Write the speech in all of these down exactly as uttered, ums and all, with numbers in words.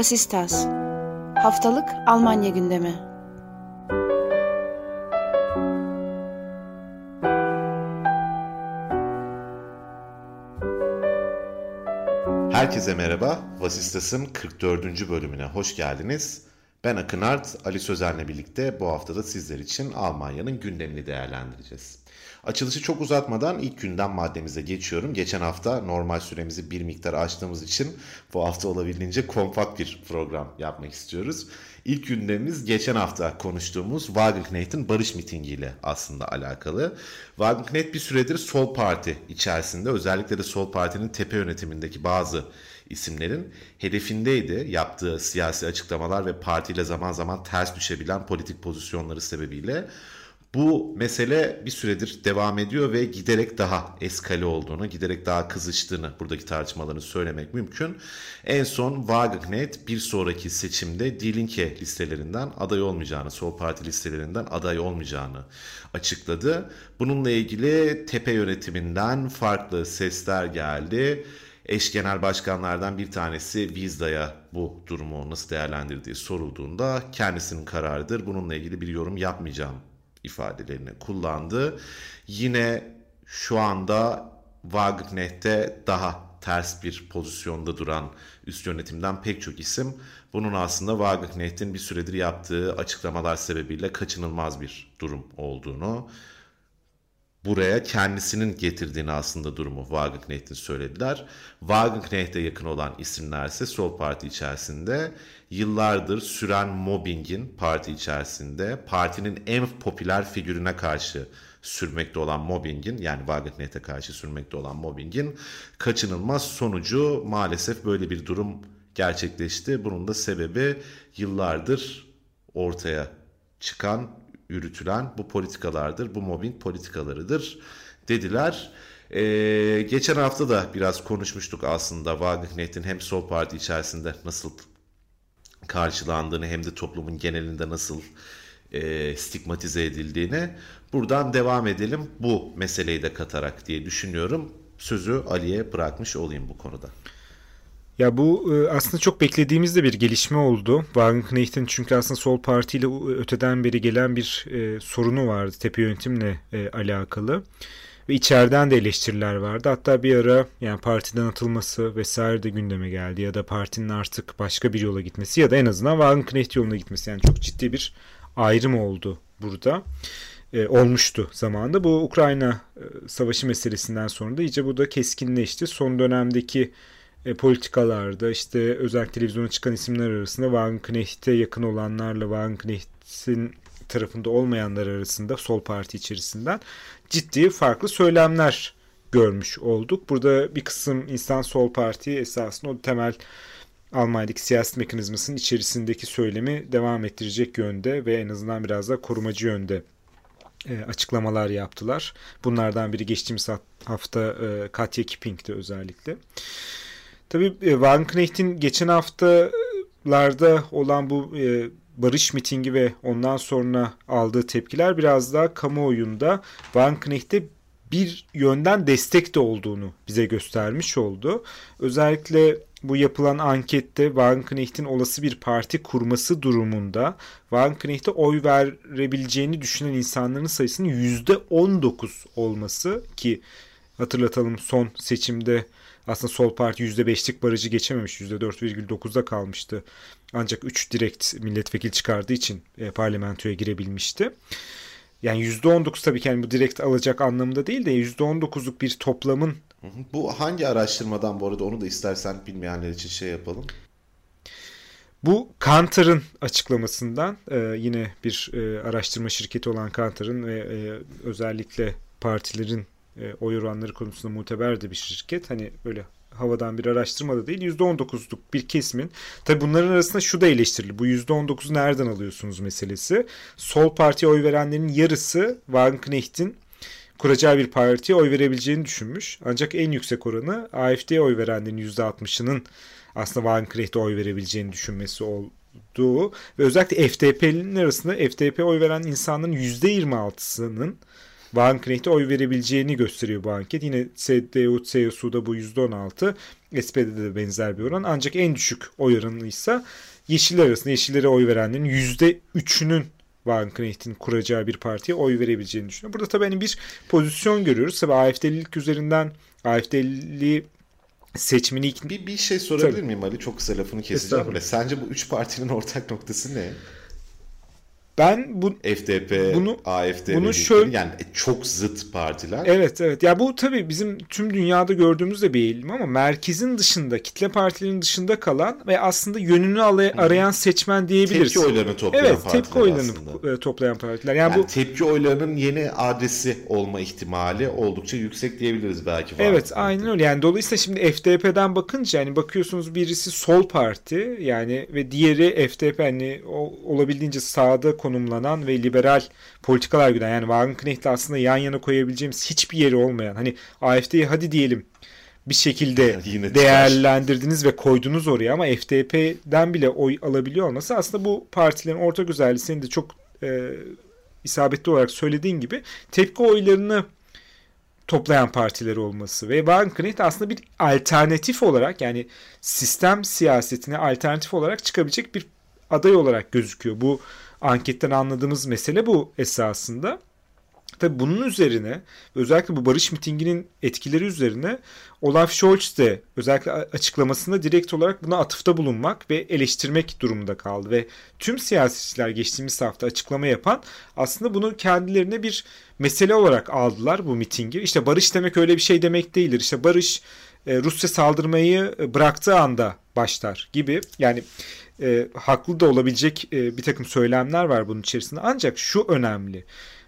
Was ist das? Haftalık Almanya gündemi. Herkese merhaba. Was ist das'ın kırk dördüncü bölümüne hoş geldiniz. Ben Akın Art, Ali Sözen'le birlikte bu haftada sizler için Almanya'nın gündemini değerlendireceğiz. Açılışı çok uzatmadan ilk gündem maddemize geçiyorum. Geçen hafta normal süremizi bir miktar aştığımız için bu hafta olabildiğince kompakt bir program yapmak istiyoruz. İlk gündemimiz geçen hafta konuştuğumuz Wagenknecht'in barış mitingiyle aslında alakalı. Wagenknecht bir süredir Sol Parti içerisinde, özellikle de Sol Parti'nin tepe yönetimindeki bazı isimlerin hedefindeydi. Yaptığı siyasi açıklamalar ve partiyle zaman zaman ters düşebilen politik pozisyonları sebebiyle. Bu mesele bir süredir devam ediyor ve giderek daha eskale olduğunu, giderek daha kızıştığını, buradaki tartışmalarını söylemek mümkün. En son Wagenknecht bir sonraki seçimde Die Linke listelerinden aday olmayacağını, Sol Parti listelerinden aday olmayacağını açıkladı. Bununla ilgili tepe yönetiminden farklı sesler geldi. Eş genel başkanlardan bir tanesi Vizda'ya bu durumu nasıl değerlendirdiği sorulduğunda kendisinin kararıdır, bununla ilgili bir yorum yapmayacağım ifadelerini kullandı. Yine şu anda Wagenknecht'te daha ters bir pozisyonda duran üst yönetimden pek çok isim bunun aslında Wagenknecht'in bir süredir yaptığı açıklamalar sebebiyle kaçınılmaz bir durum olduğunu, buraya kendisinin getirdiğini aslında durumu Wagenknecht'in söylediler. Wagenknecht'e yakın olan isimlerse Sol Parti içerisinde yıllardır süren mobbingin parti içerisinde, partinin en popüler figürüne karşı sürmekte olan mobbingin, yani Wagenknecht'e karşı sürmekte olan mobbingin kaçınılmaz sonucu maalesef böyle bir durum gerçekleşti. Bunun da sebebi yıllardır ortaya çıkan, yürütülen bu politikalardır, bu mobbing politikalarıdır dediler. Ee, geçen hafta da biraz konuşmuştuk aslında Wagenknecht'in hem Sol Parti içerisinde nasıl karşılandığını hem de toplumun genelinde nasıl e, stigmatize edildiğini. Buradan devam edelim bu meseleyi de katarak diye düşünüyorum. Sözü Ali'ye bırakmış olayım bu konuda. Ya bu aslında çok beklediğimiz de bir gelişme oldu. Wagenknecht'in çünkü aslında Sol Parti ile öteden beri gelen bir e, sorunu vardı tepe yönetimle e, alakalı. Ve içeriden de eleştiriler vardı. Hatta bir ara yani partiden atılması vesaire de gündeme geldi. Ya da partinin artık başka bir yola gitmesi ya da en azından Wagenknecht yoluna gitmesi. Yani çok ciddi bir ayrım oldu burada. E, olmuştu zamanında. Bu Ukrayna e, savaşı meselesinden sonra da iyice bu da keskinleşti. Son dönemdeki E, politikalarda işte özellikle televizyona çıkan isimler arasında Wagenknecht'e yakın olanlarla Wagenknecht'in tarafında olmayanlar arasında Sol Parti içerisinden ciddi farklı söylemler görmüş olduk. Burada bir kısım insan Sol Parti esasında o temel Almanya'daki siyaset mekanizmasının içerisindeki söylemi devam ettirecek yönde ve en azından biraz da korumacı yönde e, açıklamalar yaptılar. Bunlardan biri geçtiğimiz hafta e, Katja Kipping'ti özellikle. Tabii Wagenknecht'in geçen haftalarda olan bu e, barış mitingi ve ondan sonra aldığı tepkiler biraz daha kamuoyunda Wagenknecht'e bir yönden destek de olduğunu bize göstermiş oldu. Özellikle bu yapılan ankette Wagenknecht'in olası bir parti kurması durumunda Wagenknecht'e oy verebileceğini düşünen insanların sayısının yüzde on dokuz olması, ki hatırlatalım son seçimde aslında Sol Parti yüzde beşlik barajı geçememiş. yüzde dört virgül dokuzda kalmıştı. Ancak üç direkt milletvekili çıkardığı için e, parlamentoya girebilmişti. Yani yüzde on dokuz tabii ki yani bu direkt alacak anlamında değil de yüzde on dokuzluk bir toplamın. Bu hangi araştırmadan bu arada, onu da istersen bilmeyenler için şey yapalım. Bu Kantar'ın açıklamasından, e, yine bir e, araştırma şirketi olan Kantar'ın ve e, özellikle partilerin E, oy oranları konusunda muteber de bir şirket. Hani böyle havadan bir araştırma da değil. yüzde on dokuzluk bir kesimin. Tabi bunların arasında şu da eleştirili. Bu yüzde on dokuzu nereden alıyorsunuz meselesi. Sol Parti'ye oy verenlerin yarısı Wagenknecht'in kuracağı bir partiye oy verebileceğini düşünmüş. Ancak en yüksek oranı A F D'ye oy verenlerin yüzde altmışının aslında Wagenknecht'e oy verebileceğini düşünmesi olduğu ve özellikle F D P'nin arasında F D P oy veren insanların yüzde yirmi altısının Wagenknecht'e oy verebileceğini gösteriyor bu anket. Yine C D U C S U'da bu yüzde on altı, S P D'de de benzer bir oran. Ancak en düşük oy oranıysa Yeşiller arasında, Yeşillere oy verenlerin yüzde üçünün Wagenknecht'in kuracağı bir partiye oy verebileceğini düşünüyor. Burada tabii hani bir pozisyon görüyoruz. Tabii A F D'lilik üzerinden A F D'li seçmeni ikna... Bir, bir şey sorabilir Tabii. miyim Ali? Çok kısa lafını keseceğim de. Sence bu üç partinin ortak noktası ne? Ben bu F D P, bunu, A F D bunu ve şöyle, yani çok zıt partiler. Evet evet. Ya bu tabii bizim tüm dünyada gördüğümüz de bir eğilim ama merkezin dışında, kitle partilerinin dışında kalan ve aslında yönünü arayan seçmen diyebiliriz. Tepki oylarını toplayan evet, partiler. Evet, tepki oylarını aslında. toplayan partiler. Yani, yani bu tepki oylarının yeni adresi olma ihtimali oldukça yüksek diyebiliriz belki. Evet, aynen öyle. Yani dolayısıyla şimdi F D P'den bakınca yani bakıyorsunuz birisi sol parti yani ve diğeri F D P, hani olabildiğince sağda konumlanan ve liberal politikalar güden, yani Wagenknecht'le aslında yan yana koyabileceğimiz hiçbir yeri olmayan, hani A F D'yi hadi diyelim bir şekilde değerlendirdiniz ve koydunuz oraya ama F D P'den bile oy alabiliyor olması aslında bu partilerin ortak özelliği, senin de çok e, isabetli olarak söylediğin gibi tepki oylarını toplayan partiler olması ve Wagenknecht aslında bir alternatif olarak, yani sistem siyasetine alternatif olarak çıkabilecek bir aday olarak gözüküyor. Bu anketten anladığımız mesele bu esasında. Tabii bunun üzerine, özellikle bu barış mitinginin etkileri üzerine Olaf Scholz de özellikle açıklamasında direkt olarak buna atıfta bulunmak ve eleştirmek durumunda kaldı. Ve tüm siyasetçiler geçtiğimiz hafta açıklama yapan aslında bunu kendilerine bir mesele olarak aldılar, bu mitingi. İşte barış demek öyle bir şey demek değildir. İşte barış Rusya saldırmayı bıraktığı anda başlar gibi. Yani e, haklı da olabilecek e, bir takım söylemler var bunun içerisinde. Ancak şu önemli: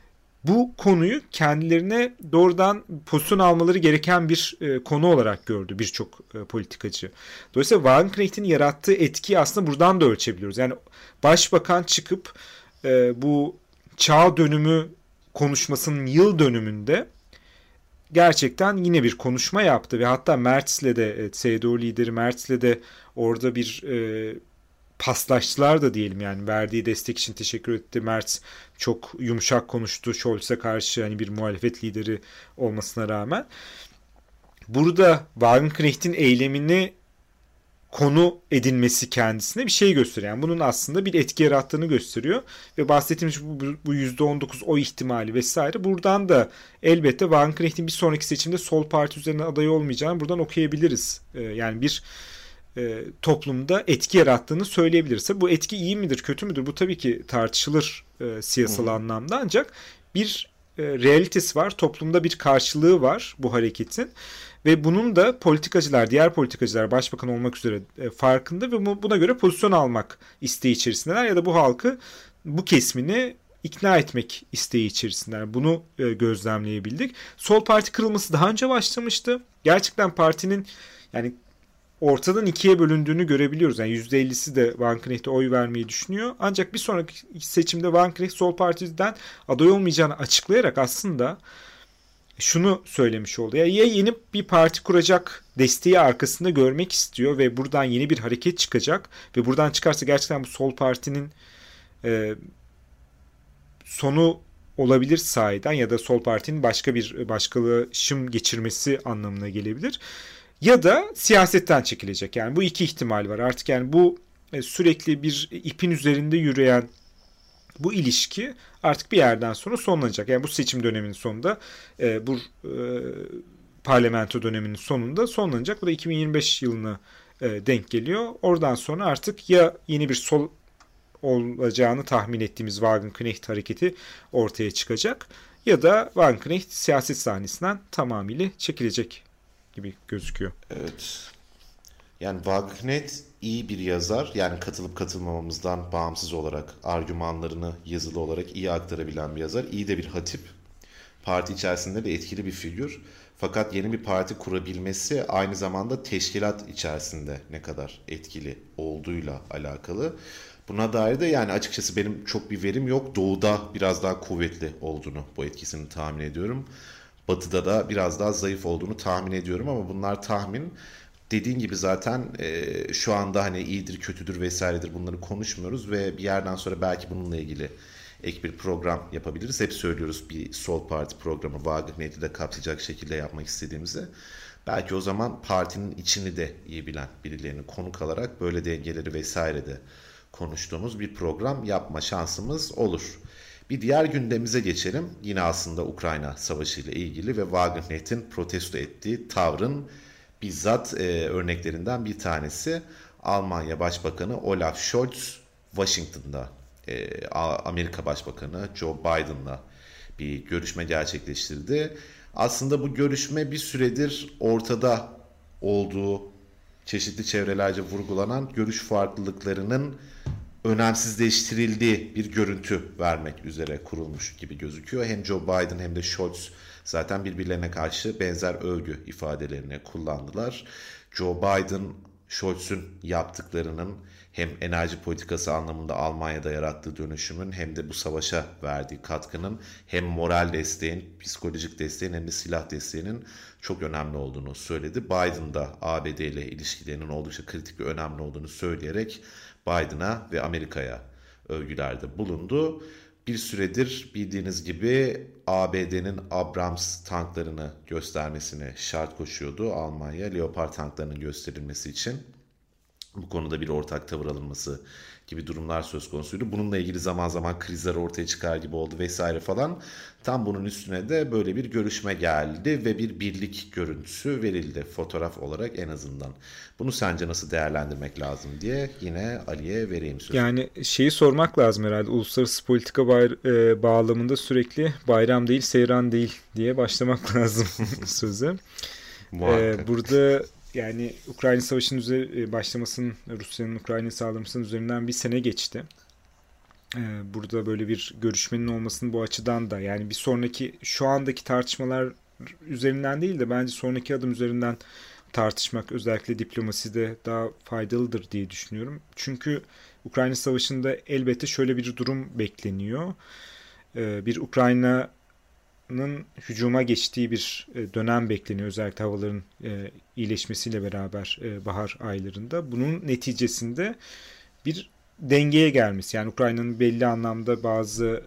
bu konuyu kendilerine doğrudan pozisyon almaları gereken bir e, konu olarak gördü birçok e, politikacı. Dolayısıyla Wagenknecht'in yarattığı etkiyi aslında buradan da ölçebiliyoruz. Yani başbakan çıkıp e, bu çağ dönümü konuşmasının yıl dönümünde gerçekten yine bir konuşma yaptı ve hatta Mertz'le de, C D U lideri Mertz'le de orada bir e, paslaştılar da diyelim, yani verdiği destek için teşekkür etti. Merz çok yumuşak konuştu Scholz'e karşı, hani bir muhalefet lideri olmasına rağmen. Burada Wagenknecht'in eylemini konu edinmesi kendisine bir şey gösteriyor. Yani bunun aslında bir etki yarattığını gösteriyor ve bahsettiğimiz bu, bu yüzde on dokuz oy ihtimali vesaire, buradan da elbette Wagenknecht'in bir sonraki seçimde sol parti üzerine aday olmayacağını buradan okuyabiliriz. Ee, yani bir E, toplumda etki yarattığını söyleyebiliriz. Bu etki iyi midir, kötü müdür? Bu tabii ki tartışılır e, siyasal hmm. anlamda, ancak bir e, realitesi var. Toplumda bir karşılığı var bu hareketin ve bunun da politikacılar, diğer politikacılar başbakan olmak üzere e, farkında ve bu, buna göre pozisyon almak isteği içerisindeler ya da bu halkı, bu kesimini ikna etmek isteği içerisindeler. Bunu e, gözlemleyebildik. Sol parti kırılması daha önce başlamıştı. Gerçekten partinin yani ortadan ikiye bölündüğünü görebiliyoruz. Yani yüzde ellisi de Wagenknecht'e oy vermeyi düşünüyor. Ancak bir sonraki seçimde Wagenknecht sol partiden aday olmayacağını açıklayarak aslında şunu söylemiş oldu: ya, ya yeni bir parti kuracak desteği arkasında görmek istiyor ve buradan yeni bir hareket çıkacak ve buradan çıkarsa gerçekten bu sol partinin e, sonu olabilir sahiden, ya da sol partinin başka bir başkalaşım geçirmesi anlamına gelebilir. Ya da siyasetten çekilecek. Yani bu iki ihtimal var. Artık yani bu sürekli bir ipin üzerinde yürüyen bu ilişki artık bir yerden sonra sonlanacak. Yani bu seçim döneminin sonunda, bu parlamento döneminin sonunda sonlanacak. Bu da iki bin yirmi beş yılına denk geliyor. Oradan sonra artık ya yeni bir sol olacağını tahmin ettiğimiz Wagenknecht hareketi ortaya çıkacak ya da Wagenknecht siyaset sahnesinden tamamıyla çekilecek gibi gözüküyor. Evet. Yani Wagenknecht iyi bir yazar. Yani katılıp katılmamamızdan bağımsız olarak argümanlarını yazılı olarak iyi aktarabilen bir yazar. İyi de bir hatip. Parti içerisinde de etkili bir figür. Fakat yeni bir parti kurabilmesi aynı zamanda teşkilat içerisinde ne kadar etkili olduğuyla alakalı. Buna dair de yani açıkçası benim çok bir verim yok. Doğuda biraz daha kuvvetli olduğunu, bu etkisini tahmin ediyorum. Batı'da da biraz daha zayıf olduğunu tahmin ediyorum ama bunlar tahmin. Dediğin gibi zaten e, şu anda hani iyidir, kötüdür vesairedir bunları konuşmuyoruz ve bir yerden sonra belki bununla ilgili ek bir program yapabiliriz. Hep söylüyoruz bir Sol Parti programı Wagenknecht'i de kapsayacak şekilde yapmak istediğimizi. Belki o zaman partinin içini de iyi bilen birilerini konuk alarak böyle dengeleri vesaire de konuştuğumuz bir program yapma şansımız olur. Bir diğer gündemimize geçelim. Yine aslında Ukrayna Savaşı ile ilgili ve Wagenknecht'in protesto ettiği tavrın bizzat e, örneklerinden bir tanesi. Almanya Başbakanı Olaf Scholz Washington'da e, Amerika Başbakanı Joe Biden'la bir görüşme gerçekleştirdi. Aslında bu görüşme bir süredir ortada olduğu çeşitli çevrelerce vurgulanan görüş farklılıklarının önemsizleştirildiği bir görüntü vermek üzere kurulmuş gibi gözüküyor. Hem Joe Biden hem de Scholz zaten birbirlerine karşı benzer övgü ifadelerini kullandılar. Joe Biden, Scholz'un yaptıklarının hem enerji politikası anlamında Almanya'da yarattığı dönüşümün hem de bu savaşa verdiği katkının hem moral desteğin, psikolojik desteğin hem de silah desteğinin çok önemli olduğunu söyledi. Biden da A B D ile ilişkilerinin oldukça kritik ve önemli olduğunu söyleyerek Biden'a ve Amerika'ya övgülerde bulundu. Bir süredir bildiğiniz gibi A B D'nin Abrams tanklarını göstermesine şart koşuyordu Almanya, Leopard tanklarının gösterilmesi için. Bu konuda bir ortak tavır alınması gibi durumlar söz konusuydu. Bununla ilgili zaman zaman krizler ortaya çıkar gibi oldu vesaire falan. Tam bunun üstüne de böyle bir görüşme geldi ve bir birlik görüntüsü verildi fotoğraf olarak en azından. Bunu sence nasıl değerlendirmek lazım diye yine Ali'ye vereyim sözü. Yani şeyi sormak lazım herhalde, uluslararası politika bayr- e, bağlamında sürekli bayram değil seyran değil diye başlamak lazım sözü. e, burada yani Ukrayna Savaşı'nın üzeri, başlamasının, Rusya'nın Ukrayna'yı saldırmasının üzerinden bir sene geçti. Burada böyle bir görüşmenin olmasının bu açıdan da, yani bir sonraki, şu andaki tartışmalar üzerinden değil de bence sonraki adım üzerinden tartışmak özellikle diplomaside daha faydalıdır diye düşünüyorum. Çünkü Ukrayna Savaşı'nda elbette şöyle bir durum bekleniyor. Bir Ukrayna'nın hücuma geçtiği bir dönem bekleniyor, özellikle havaların iyileşmesiyle beraber bahar aylarında. Bunun neticesinde bir dengeye gelmesi, yani Ukrayna'nın belli anlamda bazı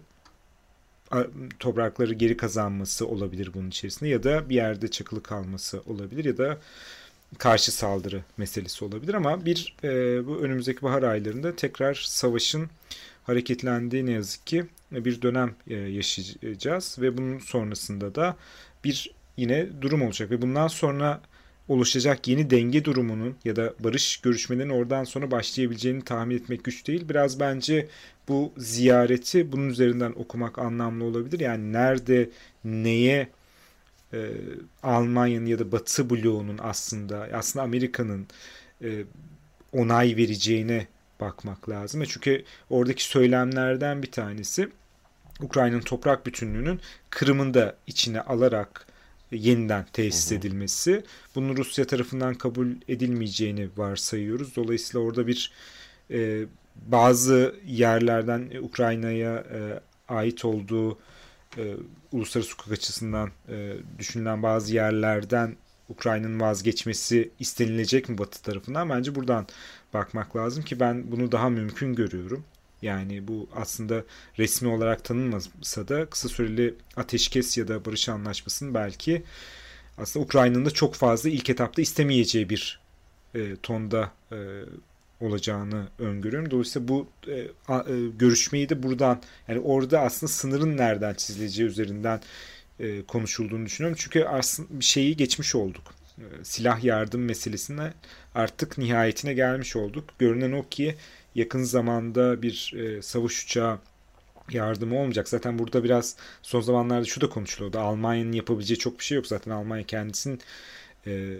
toprakları geri kazanması olabilir bunun içerisinde, ya da bir yerde çakılı kalması olabilir, ya da karşı saldırı meselesi olabilir, ama bir bu önümüzdeki bahar aylarında tekrar savaşın hareketlendiği ne yazık ki bir dönem yaşayacağız ve bunun sonrasında da bir yine durum olacak ve bundan sonra oluşacak yeni denge durumunun ya da barış görüşmelerinin oradan sonra başlayabileceğini tahmin etmek güç değil. Biraz bence bu ziyareti bunun üzerinden okumak anlamlı olabilir. Yani nerede, neye e, Almanya'nın ya da Batı bloğunun aslında aslında Amerika'nın e, onay vereceğine bakmak lazım. Çünkü oradaki söylemlerden bir tanesi Ukrayna'nın toprak bütünlüğünün Kırım'ın da içine alarak yeniden tesis edilmesi. Bunun Rusya tarafından kabul edilmeyeceğini varsayıyoruz. Dolayısıyla orada bir e, bazı yerlerden Ukrayna'ya e, ait olduğu e, uluslararası hukuk açısından e, düşünülen bazı yerlerden Ukrayna'nın vazgeçmesi istenilecek mi Batı tarafından? Bence buradan bakmak lazım ki ben bunu daha mümkün görüyorum. Yani bu aslında resmi olarak tanınmasa da kısa süreli ateşkes ya da barış anlaşmasının belki aslında Ukrayna'nın da çok fazla ilk etapta istemeyeceği bir e, tonda e, olacağını öngörüyorum. Dolayısıyla bu e, a, e, görüşmeyi de buradan, yani orada aslında sınırın nereden çizileceği üzerinden e, konuşulduğunu düşünüyorum. Çünkü aslında bir şeyi geçmiş olduk. E, silah yardım meselesine artık nihayetine gelmiş olduk. Görünen o ki yakın zamanda bir e, savaş uçağı yardımı olmayacak. Zaten burada biraz son zamanlarda şu da konuşuluyordu. Almanya'nın yapabileceği çok bir şey yok. Zaten Almanya kendisinin e,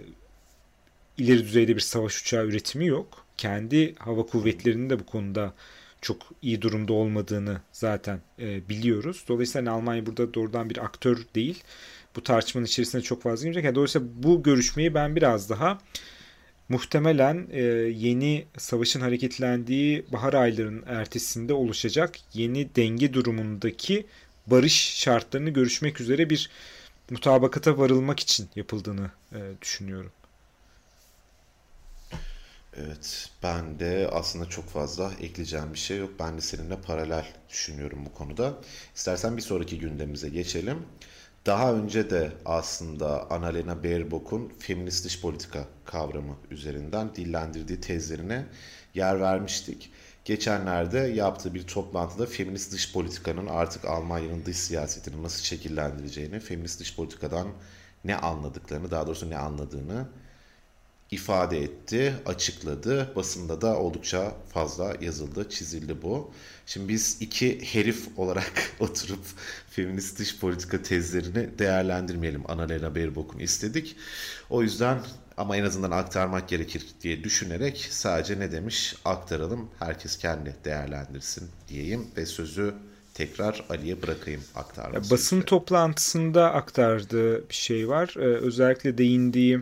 ileri düzeyde bir savaş uçağı üretimi yok. Kendi hava kuvvetlerinin de bu konuda çok iyi durumda olmadığını zaten e, biliyoruz. Dolayısıyla hani Almanya burada doğrudan bir aktör değil. Bu tartışmanın içerisine çok fazla girecek. Yani dolayısıyla bu görüşmeyi ben biraz daha muhtemelen e, yeni savaşın hareketlendiği bahar aylarının ertesinde oluşacak yeni denge durumundaki barış şartlarını görüşmek üzere bir mutabakata varılmak için yapıldığını e, düşünüyorum. Evet, ben de aslında çok fazla ekleyeceğim bir şey yok. Ben de seninle paralel düşünüyorum bu konuda. İstersen bir sonraki gündemimize geçelim. Daha önce de aslında Annalena Baerbock'un feminist dış politika kavramı üzerinden dillendirdiği tezlerine yer vermiştik. Geçenlerde yaptığı bir toplantıda feminist dış politikanın artık Almanya'nın dış siyasetini nasıl şekillendireceğini, feminist dış politikadan ne anladıklarını, daha doğrusu ne anladığını ifade etti, açıkladı. Basında da oldukça fazla yazıldı, çizildi bu. Şimdi biz iki herif olarak oturup feminist dış politika tezlerini değerlendirmeyelim. Annalena Baerbock'un istedik. O yüzden ama en azından aktarmak gerekir diye düşünerek sadece ne demiş aktaralım. Herkes kendi değerlendirsin diyeyim ve sözü tekrar Ali'ye bırakayım Ya, aktarması basın üzere. toplantısında aktardığı bir şey var. Ee, özellikle değindiği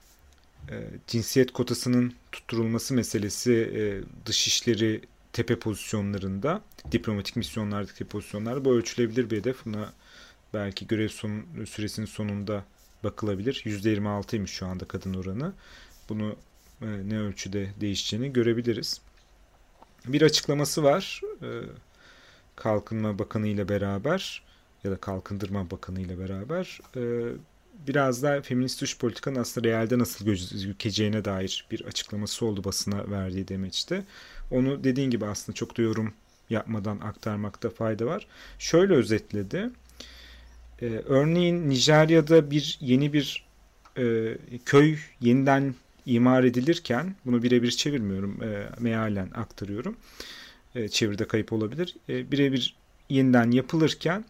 e, cinsiyet kotasının tutturulması meselesi e, dışişleri tepe pozisyonlarında, diplomatik misyonlardaki pozisyonlarda bu ölçülebilir bir hedef. Buna belki görev son, süresinin sonunda bakılabilir. yüzde yirmi altıymış şu anda kadın oranı. Bunu e, ne ölçüde değişeceğini görebiliriz. Bir açıklaması var. E, Kalkınma Bakanı ile beraber ya da Kalkındırma Bakanı ile beraber e, biraz da feminist dış politikanın aslında realde nasıl gözükeceğine dair bir açıklaması oldu basına verdiği demeçte. Onu dediğin gibi aslında çok da yorum yapmadan aktarmakta fayda var. Şöyle özetledi. E, örneğin Nijerya'da bir yeni bir e, köy yeniden imar edilirken, bunu birebir çevirmiyorum, e, mealen aktarıyorum. E, çeviride kayıp olabilir. E, birebir yeniden yapılırken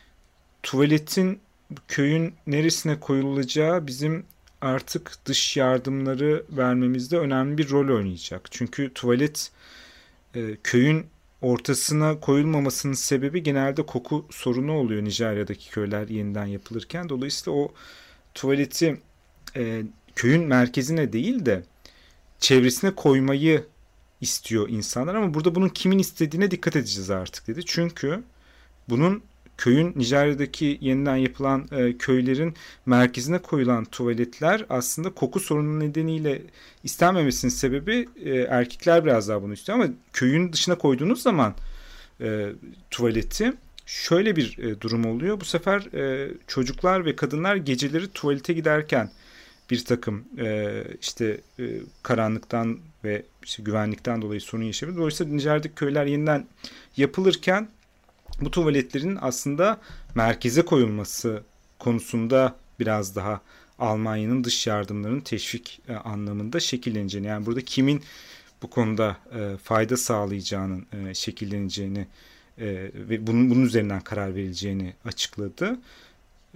tuvaletin köyün neresine koyulacağı bizim artık dış yardımları vermemizde önemli bir rol oynayacak. Çünkü tuvalet e, köyün ortasına koyulmamasının sebebi genelde koku sorunu oluyor Nijerya'daki köyler yeniden yapılırken. Dolayısıyla o tuvaleti e, köyün merkezine değil de çevresine koymayı istiyor insanlar, ama burada bunun kimin istediğine dikkat edeceğiz artık dedi. Çünkü bunun köyün Nijerya'daki yeniden yapılan e, köylerin merkezine koyulan tuvaletler aslında koku sorunu nedeniyle istenmemesinin sebebi e, erkekler biraz daha bunu istiyor, ama köyün dışına koyduğunuz zaman e, tuvaleti şöyle bir e, durum oluyor. Bu sefer e, çocuklar ve kadınlar geceleri tuvalete giderken bir takım e, işte e, karanlıktan ve işte güvenlikten dolayı sorun yaşayabilir. Dolayısıyla Nijer'deki köyler yeniden yapılırken bu tuvaletlerin aslında merkeze koyulması konusunda biraz daha Almanya'nın dış yardımlarının teşvik e, anlamında şekilleneceğini, yani burada kimin bu konuda e, fayda sağlayacağının e, şekilleneceğini e, ve bunun, bunun üzerinden karar verileceğini açıkladı. E,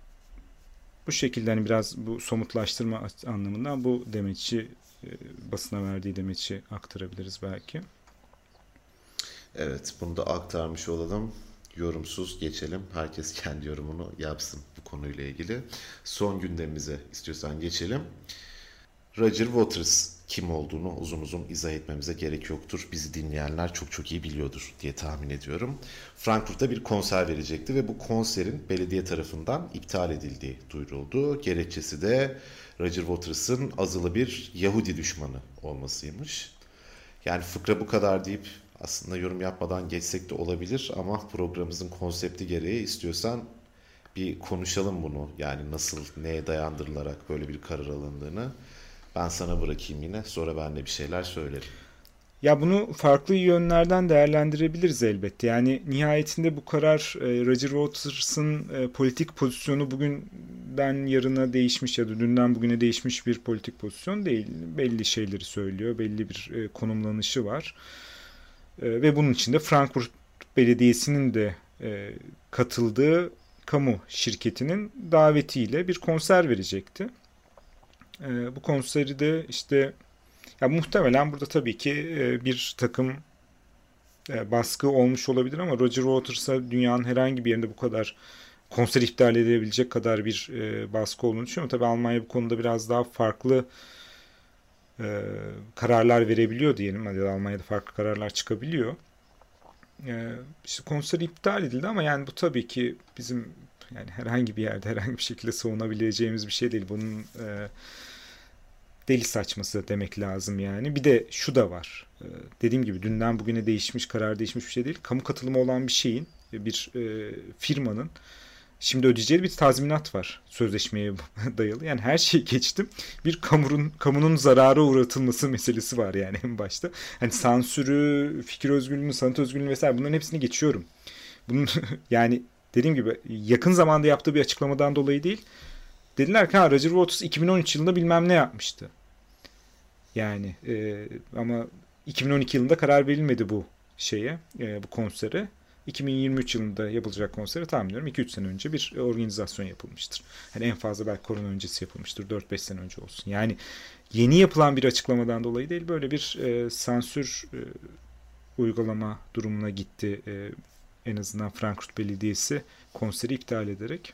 Bu şekilde hani biraz bu somutlaştırma anlamında bu demeci, e, basına verdiği demeci aktarabiliriz belki. Evet, bunu da aktarmış olalım. Yorumsuz geçelim. Herkes kendi yorumunu yapsın bu konuyla ilgili. Son gündemimize istiyorsan geçelim. Roger Waters kim olduğunu uzun uzun izah etmemize gerek yoktur. Bizi dinleyenler çok çok iyi biliyordur diye tahmin ediyorum. Frankfurt'ta bir konser verecekti ve bu konserin belediye tarafından iptal edildiği duyuruldu. Gerekçesi de Roger Waters'ın azılı bir Yahudi düşmanı olmasıymış. Yani fıkra bu kadar deyip aslında yorum yapmadan geçsek de olabilir ama programımızın konsepti gereği istiyorsan bir konuşalım bunu. Yani nasıl, neye dayandırılarak böyle bir karar alındığını. Ben sana bırakayım yine. Sonra ben de bir şeyler söylerim. Ya bunu farklı yönlerden değerlendirebiliriz elbette. Yani nihayetinde bu karar, e, Roger Waters'ın e, politik pozisyonu bugünden yarına değişmiş ya da dünden bugüne değişmiş bir politik pozisyon değil. Belli şeyleri söylüyor, belli bir e, konumlanışı var. E, ve bunun içinde Frankfurt Belediyesi'nin de e, katıldığı kamu şirketinin davetiyle bir konser verecekti. E, bu konseri de işte, ya muhtemelen burada tabii ki e, bir takım e, baskı olmuş olabilir, ama Roger Waters'a dünyanın herhangi bir yerinde bu kadar konser iptal edilebilecek kadar bir e, baskı olduğunu düşünüyorum. Tabii Almanya bu konuda biraz daha farklı e, kararlar verebiliyor diyelim. Hadi Almanya'da farklı kararlar çıkabiliyor. E, işte konser iptal edildi, ama yani bu tabii ki bizim yani herhangi bir yerde herhangi bir şekilde savunabileceğimiz bir şey değil. Bunun e, deli saçması demek lazım yani. Bir de şu da var. Ee, dediğim gibi dünden bugüne değişmiş, karar değişmiş bir şey değil. Kamu katılımı olan bir şeyin, bir e, firmanın şimdi ödeyeceği bir tazminat var sözleşmeye dayalı. Yani her şeyi geçtim. Bir kamunun, kamunun zarara uğratılması meselesi var yani en başta. Hani sansürü, fikir özgürlüğünü, sanat özgürlüğünü vesaire bunların hepsini geçiyorum. Bunun yani dediğim gibi yakın zamanda yaptığı bir açıklamadan dolayı değil. Dediler ki ha, Roger Waters iki bin on üç yılında bilmem ne yapmıştı. Yani e, ama iki bin on iki yılında karar verilmedi bu şeye, e, bu konsere. iki bin yirmi üç yılında yapılacak konsere tahmin ediyorum iki üç sene önce bir organizasyon yapılmıştır. Hani en fazla belki korona öncesi yapılmıştır. dört beş sene önce olsun. Yani yeni yapılan bir açıklamadan dolayı değil, böyle bir e, sansür e, uygulama durumuna gitti. E, en azından Frankfurt Belediyesi konseri iptal ederek.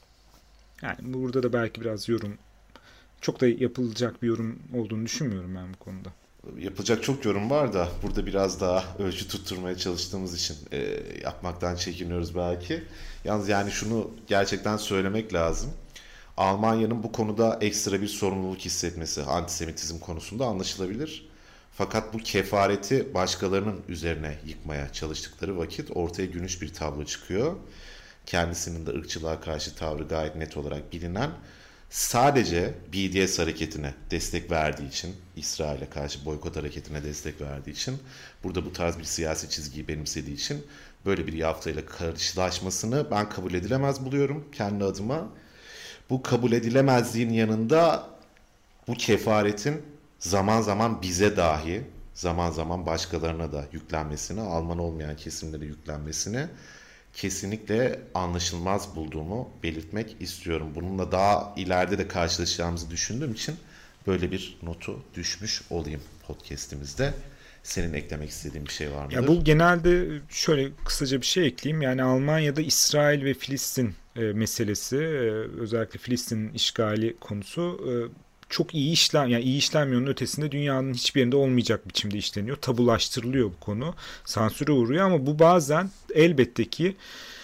Yani burada da belki biraz yorum, çok da yapılacak bir yorum olduğunu düşünmüyorum ben bu konuda. Yapılacak çok yorum var da burada biraz daha ölçü tutturmaya çalıştığımız için e, yapmaktan çekiniyoruz belki. Yalnız yani şunu gerçekten söylemek lazım. Almanya'nın bu konuda ekstra bir sorumluluk hissetmesi antisemitizm konusunda anlaşılabilir. Fakat bu kefareti başkalarının üzerine yıkmaya çalıştıkları vakit ortaya gülünç bir tablo çıkıyor. Kendisinin de ırkçılığa karşı tavrı gayet net olarak bilinen, sadece B D S hareketine destek verdiği için, İsrail'e karşı boykot hareketine destek verdiği için, burada bu tarz bir siyasi çizgiyi benimsediği için böyle bir yaftayla karşılaşmasını ben kabul edilemez buluyorum kendi adıma. Bu kabul edilemezliğin yanında bu kefaretin zaman zaman bize dahi, zaman zaman başkalarına da yüklenmesini, Alman olmayan kesimlere yüklenmesini kesinlikle anlaşılmaz bulduğumu belirtmek istiyorum. Bununla daha ileride de karşılaşacağımızı düşündüğüm için böyle bir notu düşmüş olayım podcast'imizde. Senin eklemek istediğin bir şey var mıdır? Ya bu genelde şöyle kısaca bir şey ekleyeyim. Yani Almanya'da İsrail ve Filistin e, meselesi, e, özellikle Filistin'in işgali konusu e, çok iyi işlem, yani iyi işlenmiyor'nun ötesinde dünyanın hiçbir yerinde olmayacak biçimde işleniyor. Tabulaştırılıyor bu konu. Sansüre uğruyor ama bu bazen elbette ki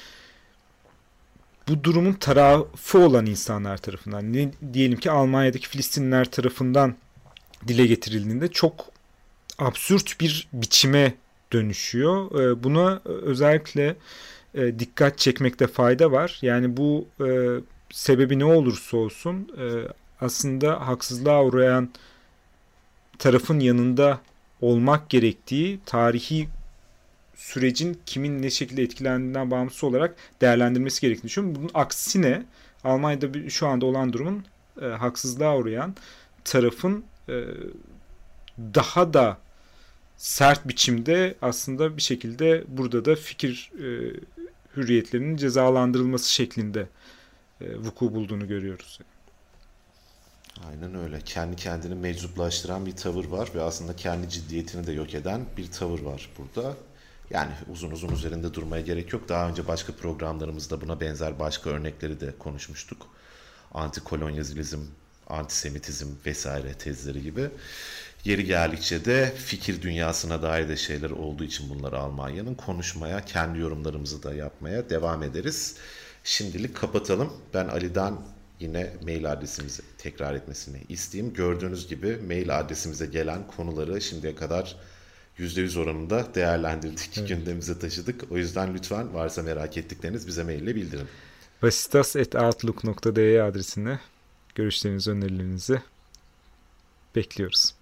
bu durumun tarafı olan insanlar tarafından, ne diyelim ki Almanya'daki Filistinliler tarafından dile getirildiğinde çok absürt bir biçime dönüşüyor. Buna özellikle dikkat çekmekte fayda var. Yani bu sebebi ne olursa olsun aslında haksızlığa uğrayan tarafın yanında olmak gerektiği, tarihi sürecin kimin ne şekilde etkilendiğinden bağımsız olarak değerlendirmesi gerektiğini düşünüyorum. Bunun aksine Almanya'da şu anda olan durumun e, haksızlığa uğrayan tarafın e, daha da sert biçimde aslında bir şekilde burada da fikir e, hürriyetlerinin cezalandırılması şeklinde e, vuku bulduğunu görüyoruz. Aynen öyle. Kendi kendini meczuplaştıran bir tavır var ve aslında kendi ciddiyetini de yok eden bir tavır var burada. Yani uzun uzun üzerinde durmaya gerek yok. Daha önce başka programlarımızda buna benzer başka örnekleri de konuşmuştuk. Antikolonyalizm, antisemitizm vesaire tezleri gibi. Yeri geldikçe de fikir dünyasına dair de şeyler olduğu için bunları Almanya'nın konuşmaya, kendi yorumlarımızı da yapmaya devam ederiz. Şimdilik kapatalım. Ben Ali'den yine mail adresimizi tekrar etmesini isteyeyim. Gördüğünüz gibi mail adresimize gelen konuları şimdiye kadar yüzde yüz oranında değerlendirdik, evet. Gündemimize taşıdık. O yüzden lütfen varsa merak ettikleriniz bize maille bildirin. vasistas at outlook nokta de adresine görüşlerinizi, önerilerinizi bekliyoruz.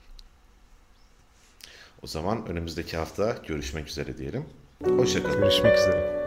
O zaman önümüzdeki hafta görüşmek üzere diyelim. Hoşça kalın. Görüşmek üzere.